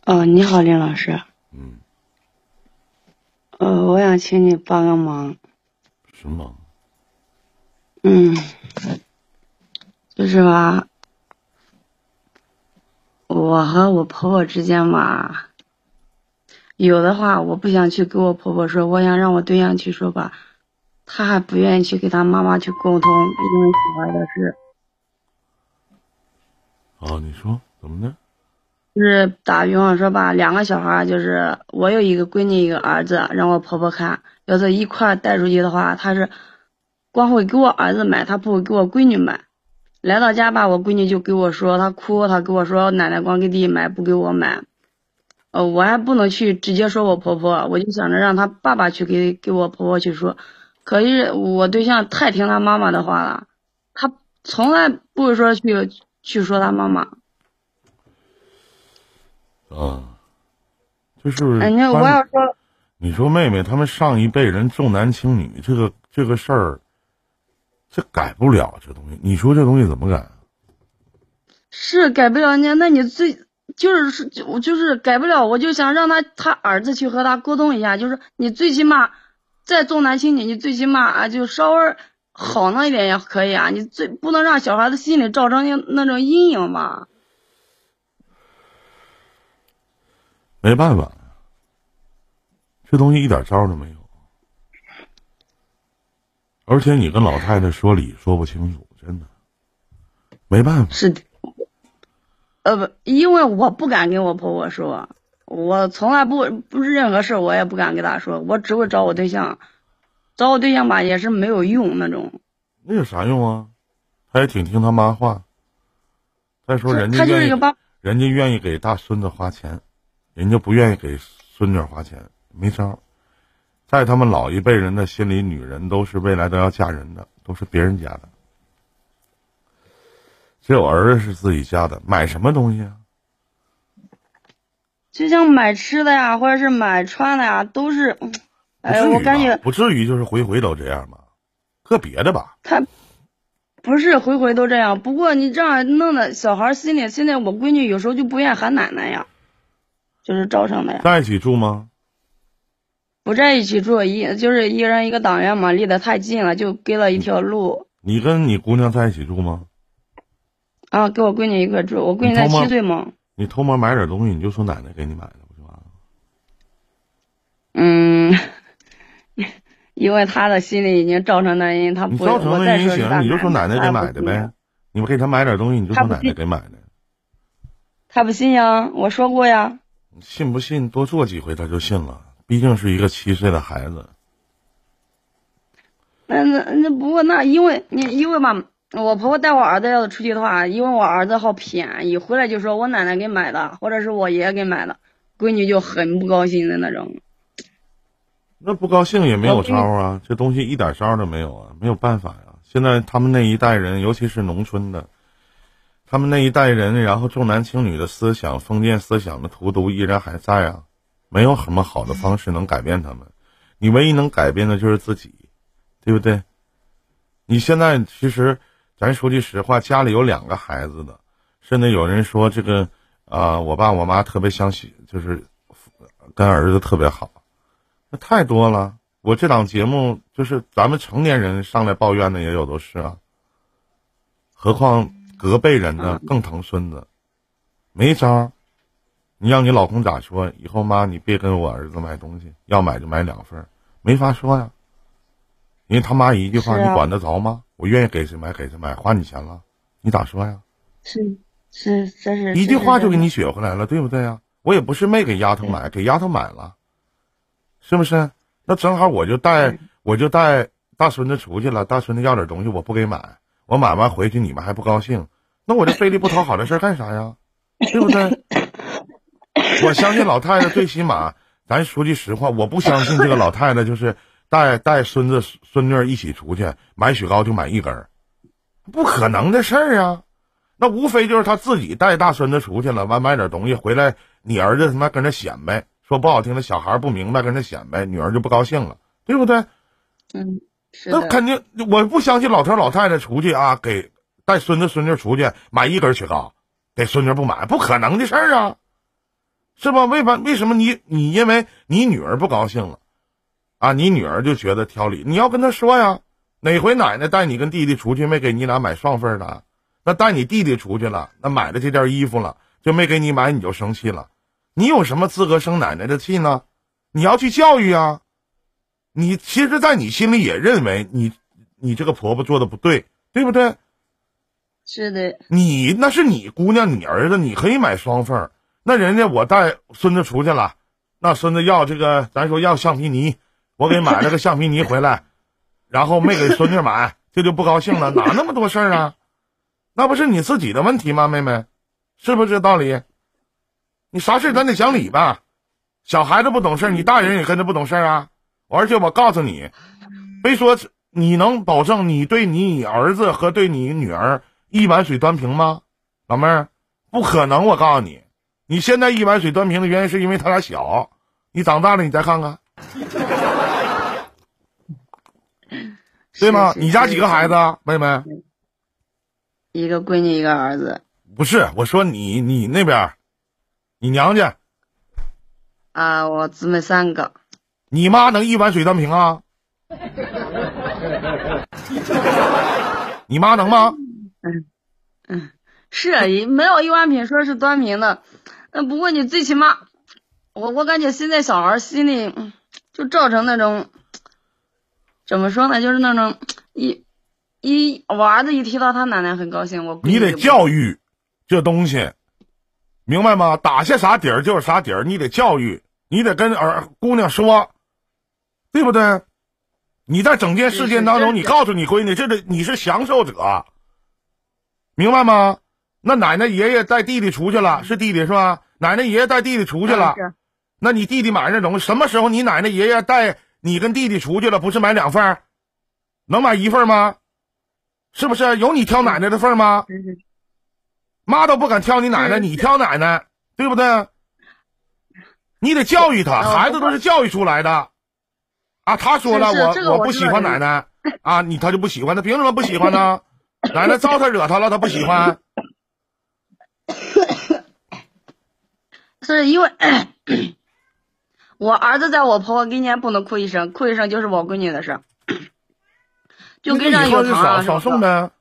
你好，林老师。 嗯， 我想请你帮个忙。 什么？ 就是吧，我和我婆婆之间吧，有的话我不想去跟我婆婆说，我想让我对象去说吧，他还不愿意去给他妈妈去沟通，因为小孩的事。 你说怎么的？ 就是打比方说吧，两个小孩，就是我有一个闺女一个儿子，让我婆婆看，要是一块带出去的话，她是光会给我儿子买，她不会给我闺女买。来到家吧，我闺女就给我说，她哭，她跟我说奶奶光给弟弟买，不给我买。我还不能去直接说我婆婆，我就想着让她爸爸去给我婆婆去说。可是我对象太听他妈妈的话了，他从来不会说去说他妈妈。 就是我要说， 你说妹妹他们上一辈人重男轻女，这个事儿，这改不了这东西。你说这东西怎么改？ 是改不了你，那你就是改不了，我就想让他儿子去和他沟通一下，就是你最起码再重男轻女，你最起码就稍微好那一点也可以啊，你不能让小孩子心里造成那种阴影吧。 没办法，这东西一点招都没有。而且你跟老太太说理说不清楚，真的没办法。 是的，不，因为我不敢跟我婆婆说，我从来不是任何事我也不敢跟她说，我只会找我对象，找我对象吧也是没有用那种。 那有啥用啊？他也挺听他妈话。再说人家愿意给大孙子花钱，人家不愿意给孙女花钱，没招。在他们老一辈人的心里，女人都是未来都要嫁人的，都是别人家的。只有儿子是自己家的，买什么东西啊？ 就像买吃的呀，或者是买穿的呀，都是，我感觉不至于就是回都这样吧，个别的吧。 他不是回都这样，不过你这样弄的小孩心里，现在我闺女有时候就不愿喊奶奶呀，就是造成的呀。 在一起住吗？ 不在一起住，就是一人一个党员嘛，离得太近了，就给了一条路。 你跟你姑娘在一起住吗？ 啊，跟我闺女一块住，我闺女才7岁嘛。 你偷摸买点东西，你就说奶奶给你买的，不就完了？ 因为他的心里已经造成那因，他不会。 造成那因行，你就说奶奶给买的呗。你给他买点东西，你就说奶奶给买的。 他不信呀，我说过呀。 信不信多做几回他就信了，毕竟是一个7岁的孩子。 那不过因为吧，我婆婆带我儿子要是出去的话，因为我儿子好便宜，回来就说我奶奶给买的，或者是我爷爷给买的，闺女就很不高兴的那种。 那不高兴也没有招啊，这东西一点招都没有啊，没有办法呀。现在他们那一代人，尤其是农村的，他们那一代人，然后重男轻女的思想、封建思想的荼毒依然还在啊，没有什么好的方式能改变他们。你唯一能改变的就是自己，对不对？你现在其实，咱说句实话，家里有2个孩子的，甚至有人说这个我爸我妈特别相信，就是跟儿子特别好。那太多了，我这档节目就是咱们成年人上来抱怨的也有都是啊，何况隔辈人的更疼孙子，没招。你让你老公咋说？以后妈你别跟我儿子买东西，要买就买2份，没法说呀。因为他妈一句话，你管得着吗？我愿意给谁买给谁买，花你钱了，你咋说呀？ 这是一句话就给你学回来了，对不对呀？我也不是没给丫头买，给丫头买了。是不是？那正好我就带大孙子出去了，大孙子要点东西我不给买，我买完回去你们还不高兴，那我这费力不讨好的事干啥呀？对不对？我相信老太太最起码，咱说句实话，我不相信这个老太太就是带孙子孙女一起出去买雪糕就买1根，不可能的事儿啊。那无非就是他自己带大孙子出去了，完买点东西回来，你儿子他妈跟着显摆。说不好听的，小孩不明白跟他显摆，女儿就不高兴了，对不对？ 是的。 那肯定，我不相信老头老太太出去啊，给带孙子孙女出去买1根雪糕，给孙女不买，不可能的事儿啊， 是吧？为什么你因为你女儿不高兴了啊？你女儿就觉得挑理，你要跟她说呀。哪回奶奶带你跟弟弟出去没给你俩买双份的？那带你弟弟出去了，那买了这件衣服了，就没给你买，你就生气了。你有什么资格生奶奶的气呢？你要去教育啊。你其实在你心里也认为你这个婆婆做的不对，对不对？ 是的。 你那是你姑娘你儿子，你可以买双份。那人家我带孙子出去了，那孙子要这个咱说要橡皮泥，我给买了个橡皮泥回来，然后没给孙女买，这就不高兴了，哪那么多事儿啊？那不是你自己的问题吗？妹妹，是不是这道理？你啥事咱得讲理吧。小孩子不懂事，你大人也跟着不懂事啊。而且我告诉你，非说你能保证你对你儿子和对你女儿一碗水端平吗？老妹儿，不可能。我告诉你，你现在一碗水端平的原因是因为他俩小，你长大了你再看看，对吗？你家几个孩子啊，妹妹？ 一个闺女，一个儿子。 不是，我说你那边，你娘家啊，我姊妹3个。 你妈能一碗水端平啊？你妈能吗？ 是没有一碗平说是端平的。不过你最起码，我感觉现在小孩心里就造成那种，怎么说呢，就是那种我儿子一提到他奶奶很高兴， 你得教育这东西，明白吗？打下啥底儿就是啥底儿，你得教育，你得跟姑娘说，对不对？你在整件事件当中，你告诉你闺女，你是享受者，明白吗？那奶奶爷爷带弟弟出去了，是弟弟是吧？奶奶爷爷带弟弟出去了，那你弟弟买那种什么时候你奶奶爷爷带你跟弟弟出去了，不是买2份，能买1份吗？是不是有你挑奶奶的份吗？妈都不敢挑你奶奶，你挑奶奶，对不对？你得教育他，孩子都是教育出来的啊。他说了，我不喜欢奶奶啊，他就不喜欢，他凭什么不喜欢呢？奶奶招他惹他了，他不喜欢。 是因为我儿子在我婆婆跟前不能哭一声，哭一声就是我闺女的事。就跟上有糖啊， 少送呗。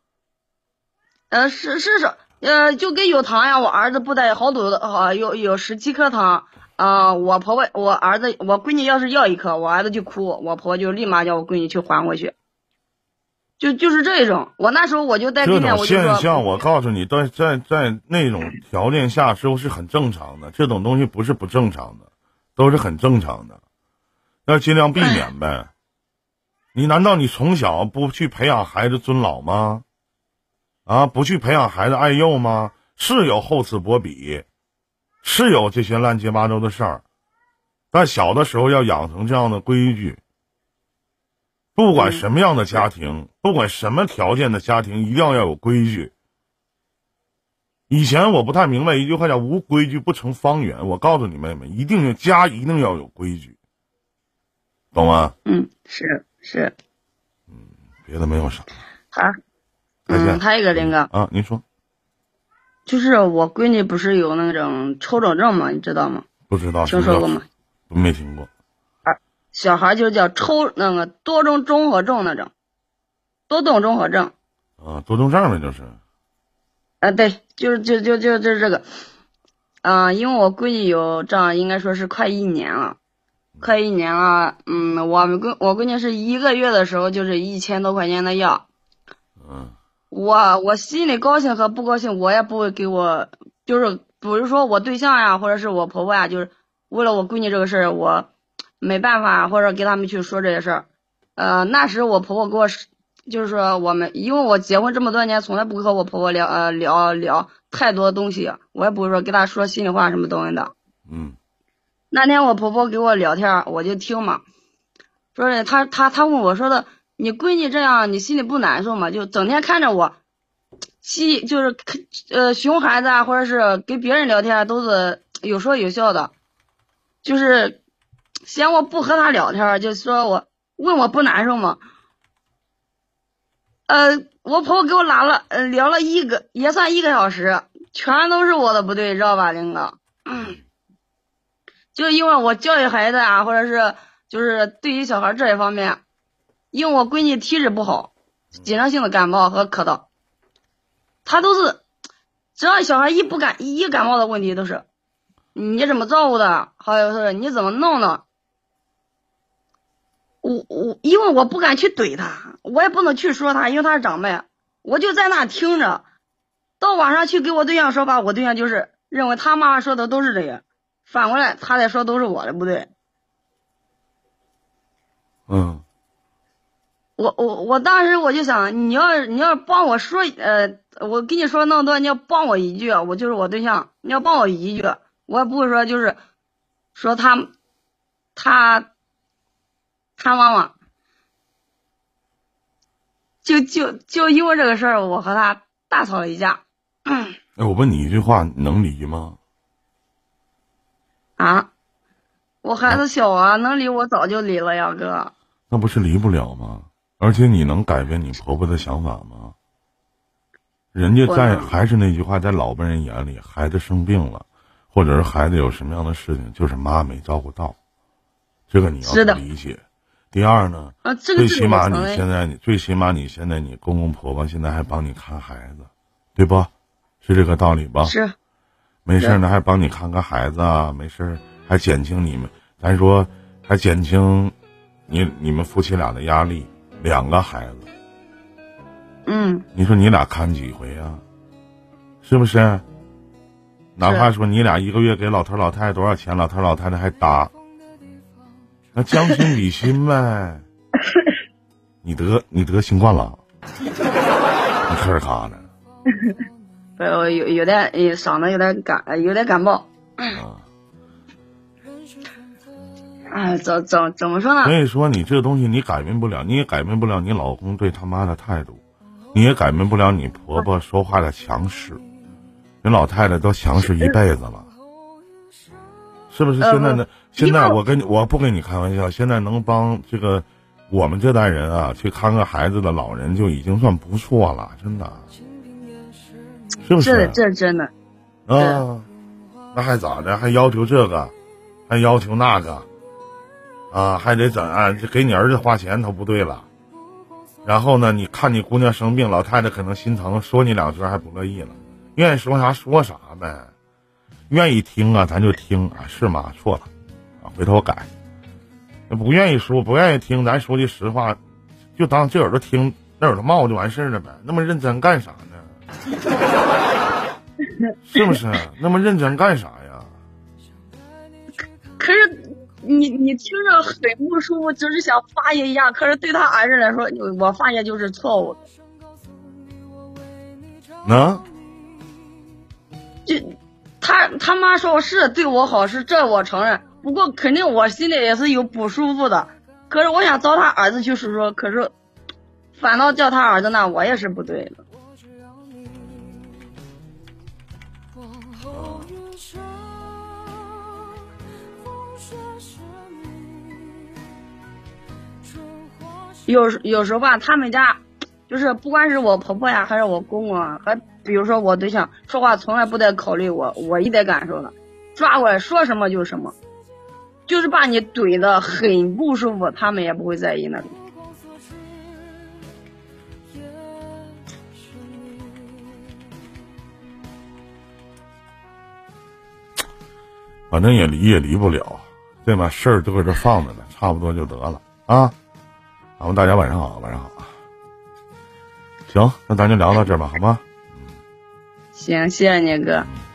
就跟有糖呀，我儿子不带好多的，有17颗糖。我婆婆，我闺女要是要1颗，我儿子就哭，我婆婆就立马叫我闺女去还回去。就是这种，我那时候我就在跟前，我就说这种现象，我告诉你，在那种条件下是很正常的，这种东西不是不正常的，都是很正常的，要尽量避免呗。你难道你从小不去培养孩子尊老吗？啊，不去培养孩子爱幼吗？是有厚此薄彼，是有这些乱七八糟的事儿，但小的时候要养成这样的规矩。不管什么样的家庭，不管什么条件的家庭，一定要有规矩。以前我不太明白一句话叫无规矩不成方圆，我告诉你妹妹，一定要有规矩，懂吗？ 是。 别的没有啥。 好。还有一个林哥啊，您说。 就是我闺女不是有那种抽肿症吗？你知道吗？ 不知道。 听说过吗？ 没听过。 小孩就叫那个多动综合症那种，多动综合症。 多动症呗，就是。 对，就是这个。因为我闺女有这样，应该说是快1年了。我闺女是1个月的时候就是1000多块钱的药。我心里高兴和不高兴，我也不会给我，就是比如说我对象呀，或者是我婆婆呀，就是为了我闺女这个事儿，我没办法，或者给他们去说这些事儿。那时我婆婆给我，就是说因为我结婚这么多年，从来不和我婆婆聊太多东西，我也不会说给她说心里话什么东西的。那天我婆婆给我聊天，我就听嘛，说是她问我说的，你闺女这样，你心里不难受吗？就整天看着我，就是熊孩子啊，或者是跟别人聊天都是有说有笑的，就是嫌我不和她聊天，就说问我不难受吗？我婆婆给我聊了也算1个小时，全都是我的不对，知道吧，林哥？ 就因为我教育孩子啊，或者是就是对于小孩这一方面，因为我闺女体质不好，经常性的感冒和咳嗽，她都是只要小孩一感冒的问题都是你怎么照顾的，还有是你怎么弄的。因为我不敢去怼他，我也不能去说他，因为他是长辈，我就在那听着。到晚上去给我对象说吧，我对象就是认为他妈妈说的都是这个，反过来他在说都是我的不对。我当时我就想，你要帮我说，我跟你说那么多，你要帮我一句，我就是我对象，你要帮我一句，我也不会说就是说他妈妈，就因为这个事儿，我和他大吵了一架。 哎，我问你一句话，你能离吗？ 啊，我孩子小啊，能离我早就离了呀，哥。 那不是离不了吗？而且你能改变你婆婆的想法吗？人家还是那句话，在老辈人眼里，孩子生病了，或者是孩子有什么样的事情，就是妈没照顾到，这个你要理解。第二呢，最起码你现在你公公婆婆现在还帮你看孩子，对不？是这个道理吧？ 是。 没事呢，还帮你看个孩子啊，没事还减轻你们，咱说还减轻你们夫妻俩的压力，2个孩子。你说你俩看几回啊？是不是？哪怕说你俩1个月给老头老太太多少钱，老头老太太还搭，那将心比心呗。你得新冠了，你吭儿咔的。 我有点嗓子有点感冒。哎，怎么说呢？ 所以说你这东西你改变不了，你也改变不了你老公对他妈的态度，你也改变不了你婆婆说话的强势。人老太太都强势一辈子了，是不是？现在我不跟你开玩笑，现在能帮这个我们这代人啊去看个孩子的老人就已经算不错了，真的。是不是？ 这真的啊，那还咋的？还要求这个，还要求那个，啊，还得给你儿子花钱，他不对了。然后呢，你看你姑娘生病，老太太可能心疼，说你2句还不乐意了，愿意说啥说啥呗，愿意听啊咱就听啊，是吗？错了，啊，回头我改。不愿意说，不愿意听，咱说句实话，就当这耳朵听，那耳朵冒就完事了呗，那么认真干啥呢？是不是？那么认真干啥呀？ 可是你听着很不舒服，就是想发泄一下，可是对他儿子来说，我发泄就是错误的。就他妈说是对我好，是这我承认，不过肯定我心里也是有不舒服的。可是我想找他儿子去诉说，可是反倒叫他儿子那我也是不对的。有时候吧，他们家就是不管是我婆婆呀，还是我公公啊，还比如说我对象说话从来不带考虑我一点感受的，抓过来说什么就什么，就是把你怼得很不舒服，他们也不会在意那种。 反正也离不了，对吧？事儿都搁这放着呢，差不多就得了啊。然后大家晚上好，晚上好。行，那咱就聊到这儿吧，好吗？ 行，谢谢你哥。